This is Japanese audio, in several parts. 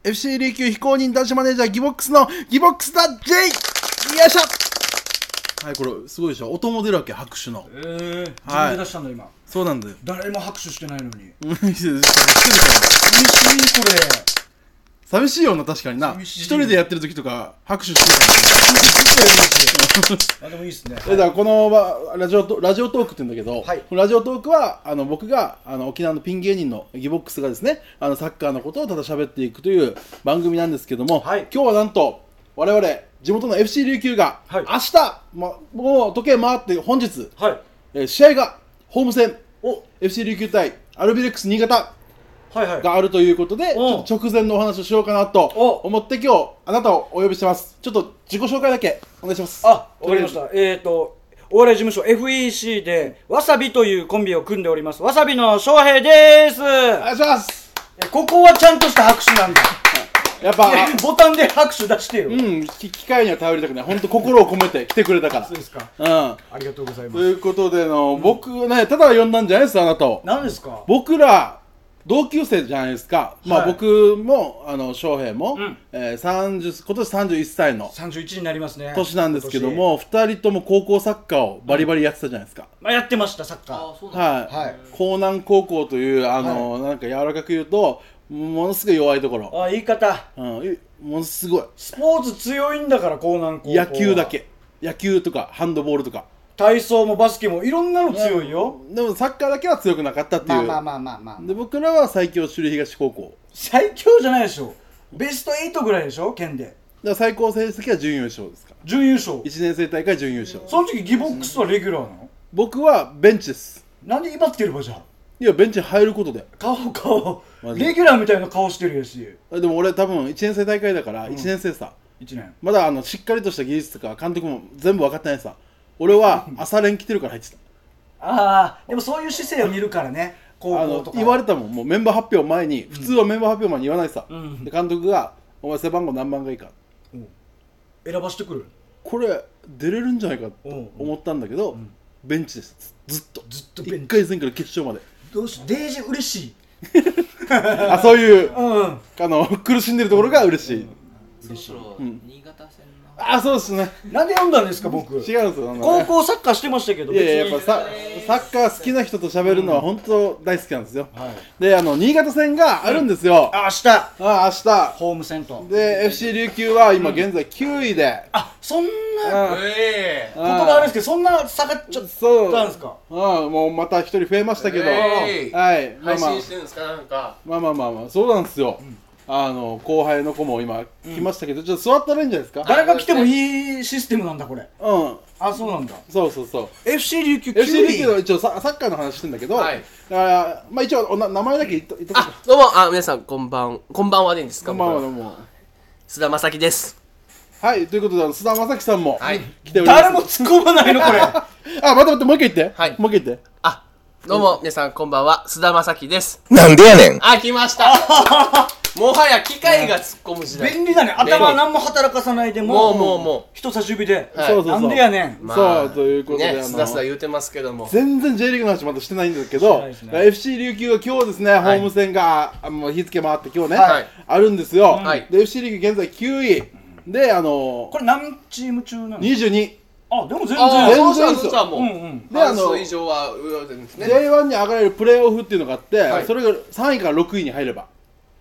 FC 琉球非公認男子マネージャーギボックスのギボックスだ J。 よいしょ。はい、これすごいでしょ。音も出るわけ、拍手の。 自分で出したんだ今。 そうなんだよ。 誰も拍手してないのに。 寂しいこれ。寂しいよな、確かにな。一人でやってる時とか拍手してるからね。 あ、でもいいっすね。 だからこのラジオトークって言うんだけど、このラジオトークは僕が沖縄のピン芸人のギボックスがですね、サッカーのことをただ喋っていくという番組なんですけども、今日はなんと我々地元の FC 琉球が明日、もう時計回って本日、試合がホーム戦 FC 琉球対アルビレックス新潟があるということで、ちょっと直前のお話をしようかなと思って今日あなたをお呼びしてます。ちょっと自己紹介だけお願いします。 あ、わかりました。お笑い事務所 FEC でわさびというコンビを組んでおりますわさびの翔平です。お願いします。 ここはちゃんとした拍手なんだ。 やっぱボタンで拍手出してよ。 機械には頼りたくない。本当心を込めて来てくれたから。 そうですか。 ありがとうございます。 ということで僕ね、ただ呼んだんじゃないです、あなたを。 何ですか。 僕ら同級生じゃないですか。僕も翔平も今年31歳の 31になりますね。 年なんですけども、2人とも高校サッカーをバリバリやってたじゃないですか。 やってました、サッカー。 はい。江南高校というなんか柔らかく言うとものすごい弱いところ。 言い方。 ものすごいスポーツ強いんだから、江南高校。 野球だけ。野球とかハンドボールとか体操もバスケもいろんなの強いよ。 でもサッカーだけは強くなかったっていう。で僕らは最強首里東高校。 最強じゃないでしょ。ベスト8ぐらいでしょ、県で。 だから最高成績は準優勝ですから。 準優勝。 1年生大会準優勝。 その時ギボックスはレギュラーなの。 僕はベンチです。 なんで威張ってればじゃあ。 いや、ベンチに入ることで。 顔レギュラーみたいな顔してるやし。 でも俺多分1年生大会だから1年生さ。 1年まだしっかりとした技術とか監督も全部分かってないさ。俺は朝練来てるから入ってた。でもそういう姿勢を見るからね、高校とか言われたもん。もうメンバー発表前に、普通はメンバー発表前に言わないさ。で監督が「お前背番号何番がいいか」 選ばしてくる。 これ出れるんじゃないかと思ったんだけど、ベンチです。ずっと1回戦から決勝まで。 どうしデージ嬉しい。 そういう苦しんでるところが嬉しい。 そろそろ新潟戦のそうですね。 なんで読んだんですか僕。違うんですよ。 高校サッカーしてましたけど。 いややっぱサッカー好きな人と喋るのは本当大好きなんですよ。で新潟戦があるんですよ。 明日ホーム戦と。 で FC 琉球は今現在9位で。 そんなことがあるんですけど、そんな下がっちゃったんですか。 もうまた一人増えましたけど、 配信してるんですか。なんかまあそうなんですよ。後輩の子も今来ましたけど、ちょっと座ったらいいんじゃないですか。 誰が来てもいいシステムなんだこれ。そうなんだ。 そう FC 琉球 9位。FC 琉球は一応サッカーの話してんだけど、一応名前だけ言っとく。 どうも皆さんこんばんはでいいんですか。 こんばんは。どうも須田正樹です。 はい、ということで須田正樹さんも来ております。 誰も突っ込まないのこれ。 待ってもう一回言って。もう一回言って。 どうも皆さんこんばんは、須田正樹です。 なんでやねん。 来ました。もはや機械が突っ込む時代。 便利だね。頭何も働かさないでも人差し指で。 なんでやねん。 そうということで須田須田言うてますけども、 全然 J リーグの話まだしてないんですけど、FC 琉球が今日ですね、ホーム戦が日付回って今日ねあるんですよ。で FC リーグ現在9位でこれ何チーム中なの ？22。 でも全然そうはもう半数以上は上ですね。 J1 に上がれるプレーオフっていうのがあって、それが3位から6位に入れば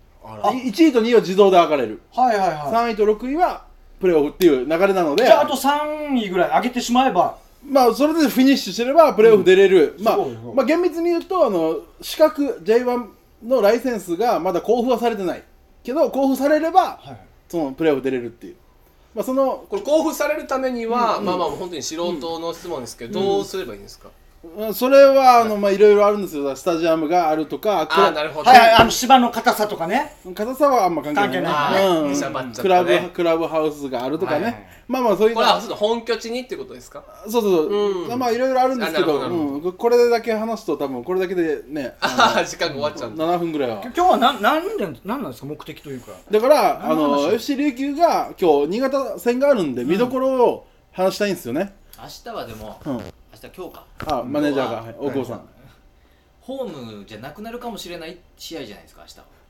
1位と2位は自動で上がれる。3位と6位はプレーオフっていう流れなので、 じゃああと3位ぐらい上げてしまえば、 それでフィニッシュしてればプレーオフ出れる。厳密に言うと資格 J1 のライセンスがまだ交付はされてないけど、交付されればそのプレーオフ出れるっていう。 これ交付されるためには本当に素人の質問ですけど、どうすればいいんですか。 それはいろいろあるんですよ。スタジアムがあるとか、 なるほど。 芝の硬さとかね。 硬さはあんま関係ない。クラブハウスがあるとかね。そういうの。 これは本拠地にってことですか。 そう。いろいろあるんですけど、これだけ話すと多分これだけでね、 時間が終わっちゃう。 7分ぐらいは。 今日は何なんですか、目的というか。 だからFC 琉球が今日新潟戦があるんで見どころを話したいんですよね。 明日はでも今日か。 マネージャーが大久保さん。 ホームじゃなくなるかもしれない試合じゃないですか、明日は。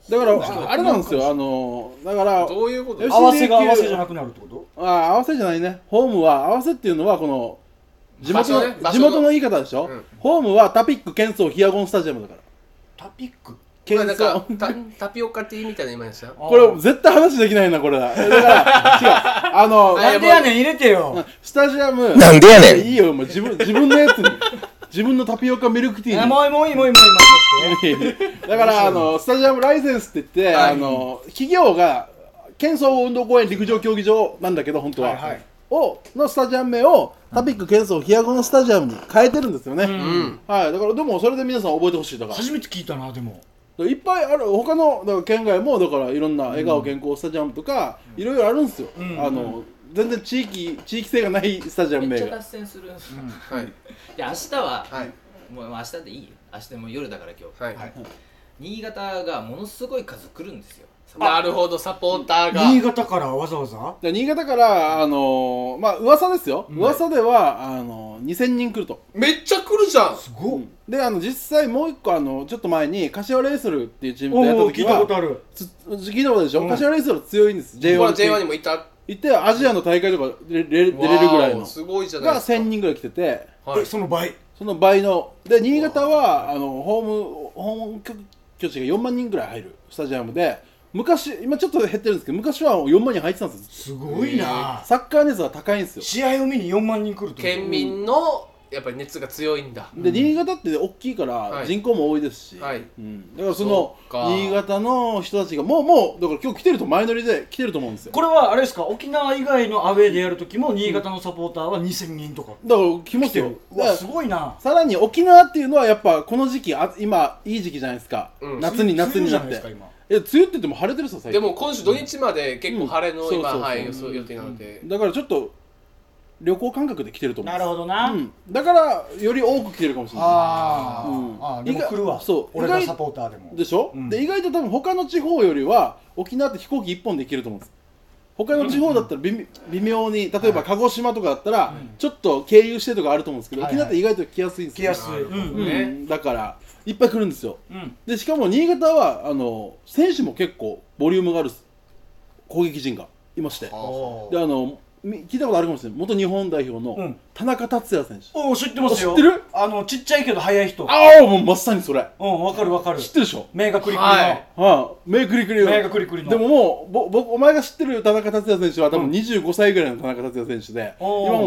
だからあれなんですよ、だからどういうこと？ 合わせが合わせじゃなくなるってこと？ 合わせじゃないね。ホームは合わせっていうのはこの地元の言い方でしょ。ホームはタピックケンソーヒアゴンスタジアムだから。 タピックケンソータピオカティーみたいな今でした。 これ絶対話できないなこれだ。だから違うなんでやねん入れてよ。 スタジアムなんでやねん。 いいよもう自分のやつに自分のタピオカミルクティーに。 もういいだからスタジアムライセンスって言って企業が県総運動公園陸上競技場なんだけど本当はのスタジアム名をタピック県総ヒアゴンスタジアムに変えてるんですよね。はい、だからでもそれで皆さん覚えてほしい。だから初めて聞いたな。でもいっぱいある他のだから県外もだからいろんな笑顔健康スタジアムとかいろいろあるんですよ。全然地域性がないスタジアム名が。 めっちゃ脱線するんですよ。はい。で明日はもう明日でいいよ。明日もう夜だから今日。はい。新潟がものすごい数来るんですよ。 なるほど、サポーターが新潟からわざわざ？ 新潟からまあ噂ですよ。噂では2000人来ると。 めっちゃ来るじゃん。 すごい。 で実際もう一個ちょっと前に柏レイソルっていうチームとやった時は聞いたことある。 聞いたことでしょ。柏レイソル強いんです。 J1 にもいてアジアの大会とか出れるぐらいのすごいじゃないですか。 が1000人ぐらい来てて、 その倍ので新潟はホーム拠地が4万人ぐらい入るスタジアムで、今ちょっと減ってるんですけど昔は4万人入ってたんですよ。 すごいな。 サッカー熱が高いんですよ。 試合を見に4万人来ると。 県民のやっぱり熱が強いんだ。 で新潟って大きいから人口も多いですし、だからその新潟の人たちがもうだから今日来てると前乗りで来てると思うんですよ。 これはあれですか、沖縄以外のアウェーでやるときも新潟のサポーターは2000人とかだから来ますよ。 すごいな。 さらに沖縄っていうのはやっぱこの時期今いい時期じゃないですか。夏になって梅雨って言っても晴れてるさ。 でも今週土日まで結構晴れの今予定なので、 だからちょっと旅行感覚で来てると思う。 なるほどな。 だからより多く来てるかもしれない。 でも来るわ。俺がサポーターでもでしょ。で意外と多分他の地方よりは沖縄って飛行機1本で行けると思うんです。他の地方だったら微妙に例えば鹿児島とかだったらちょっと経由してとかあると思うんですけど、沖縄って意外と来やすいんですよ。 来やすい。 だからいっぱい来るんですよ。でしかも新潟は選手も結構ボリュームがある攻撃陣がいまして、で聞いたことあるかもしれない。元日本代表の田中達也選手。 知ってますよ。 知ってる？ ちっちゃいけど速い人。 もうまさにそれ。 わかるわかる。 知ってるでしょ。 目がクリクリの。 目クリクリの。 目がクリクリの。 でももうお前が知ってる田中達也選手は多分25歳ぐらいの田中達也選手で、今もう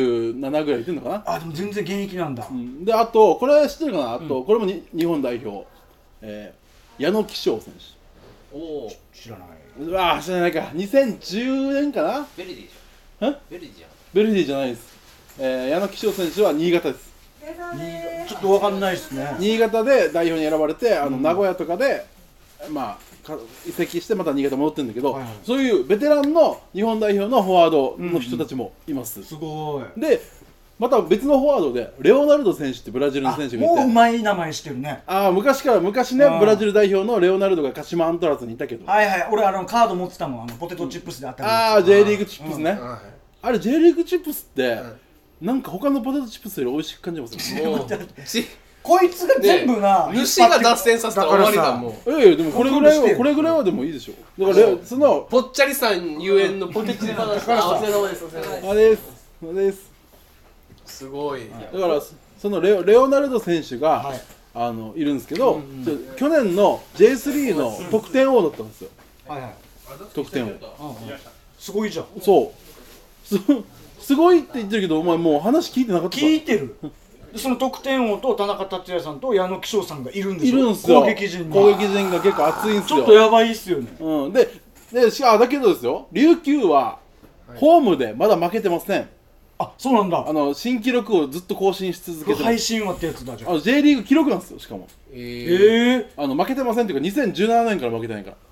37ぐらいいってんのかな。 でも全然現役なんだ。 であとこれ知ってるかな。あとこれも日本代表矢野貴章選手。 知らない。 知らないか。2010年かな。 ベルディでしょ。ベルディじゃないです。矢野貴章選手は新潟です。 ちょっとわかんないですね。 新潟で代表に選ばれて名古屋とかで移籍してまた新潟戻ってるんだけど、そういうベテランの日本代表のフォワードの人たちもいます。 すごい。 でまた別のフォワードでレオナルド選手ってブラジルの選手がいて、 もううまい名前してるね。 昔ねブラジル代表のレオナルドが鹿島アントラーズにいたけど、 俺カード持ってたもん。ポテトチップスであったり。 J リーグチップスね。あれ J リーグチップスってなんか他のポテトチップスより美味しく感じますよ。 こいつが全部な主が脱線させたら終わりだもん。 でもこれぐらいはでもいいでしょ。だからそのぽっちゃりさんゆえんのポテチ話。お疲れ様です。 あれです。 すごい。 だからそのレオナルド選手がいるんですけど、去年の J3 の得点王だったんですよ。得点王。 すごいじゃん。 すごいって言ってるけどお前もう話聞いてなかった。 聞いてる。その得点王と田中達也さんと矢野貴章さんがいるんですよ。 いるんですよ。 攻撃陣が結構熱いんですよ。 ちょっとやばいっすよね。 だけどですよ、琉球はホームでまだ負けてません。 そうなんだ。 新記録をずっと更新し続けてます。 配信はってやつだじゃん。 J リーグ記録なんですよ。しかも負けてませんっていうか2017年から負けてないから。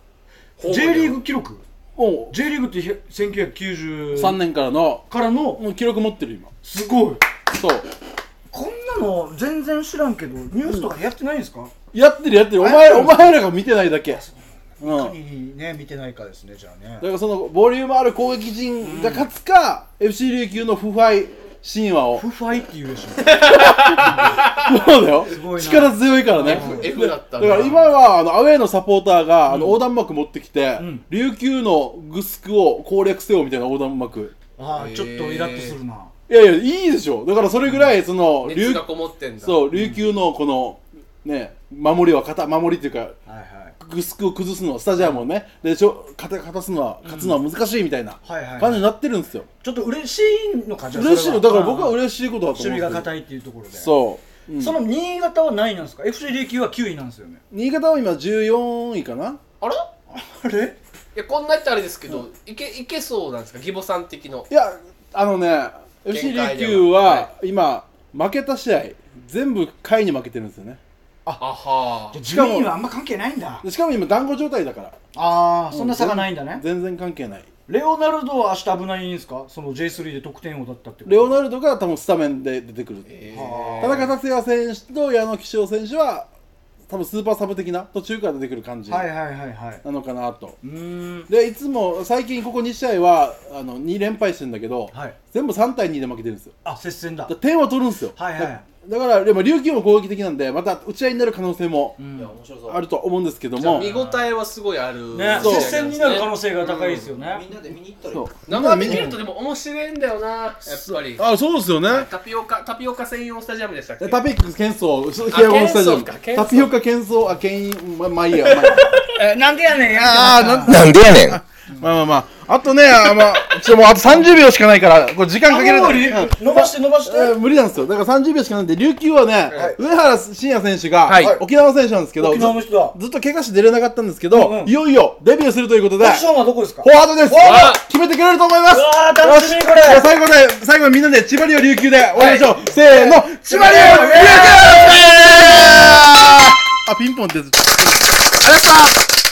J リーグ記録。J リーグって1993 年からの記録持ってる今。 すごい。 そうこんなの全然知らんけどニュースとかやってないんですか？ やってる。お前らが見てないだけ。 いかにね見てないかですね。じゃあね。 だからそのボリュームある攻撃陣が勝つか、FC 琉球の腐敗神話を。 フファイって言うでしょ。 そうだよ。力強いからね。 F だっただから今はアウェーのサポーターが横断幕持ってきて、琉球のグスクを攻略せよみたいな横断幕。 ああ、ちょっとイラッとするな。 いやいや、いいでしょ。だからそれぐらいその熱がこもってんだ。 そう、琉球のこのね、守りっていうか、グスクを崩すのはスタジアムをね、で勝つのは難しいみたいな感じになってるんですよ。 ちょっと嬉しいのか。 嬉しいの。だから僕は嬉しいことだと思う。 守備が堅いっていうところで。 そう。 その新潟は何位なんですか。 FC 琉球は9位なんですよね。 新潟は今14位かな。 あれあれ、 いや、こんな言ってあれですけど、いけそうなんですか、義母さん的の。 いや、FC 琉球は今負けた試合全部下位に負けてるんですよね。 あはー。順位はあんま関係ないんだ。 しかも今団子状態だから。 ああ、そんな差がないんだね。 全然関係ない。 レオナルドは明日危ないんですか。その J3 で得点王だったってこと。 レオナルドが多分スタメンで出てくる。田中達也選手と矢野貴章選手は多分スーパーサブ的な途中から出てくる感じなのかなと。でいつも最近ここ2試合は2連敗してるんだけど、全部3対2で負けてるんですよ。 あ、接戦だ。 点は取るんですよ。だからでも琉球も攻撃的なんでまた打ち合いになる可能性もあると思うんですけども、 見応えはすごいあるね。接戦になる可能性が高いですよね。 みんなで見に行ったら生で見るとでも面白いんだよな、やっぱり。 あ、そうですよね。 タピオカ専用スタジアムでしたっけ。 タピオカ喧騒ヒアゴンスタジアム。タピオカ喧騒まあいいや。 なんでやねん。 なんでやねん。 まああとね、もうあと30秒しかないからこれ時間かける伸ばして無理なんですよ。だから30秒しかないんで、琉球はね、上原晋也選手が沖縄選手なんですけど、ずっと怪我して出れなかったんですけど、いよいよデビューするということで、 ポジションはどこですか。 フォワードです。決めてくれると思います。 楽しみこれ。 最後はみんなで千葉リオ琉球で終わりましょう。せーの、千葉リオ琉球。あ、ピンポンって。ありがとうございました。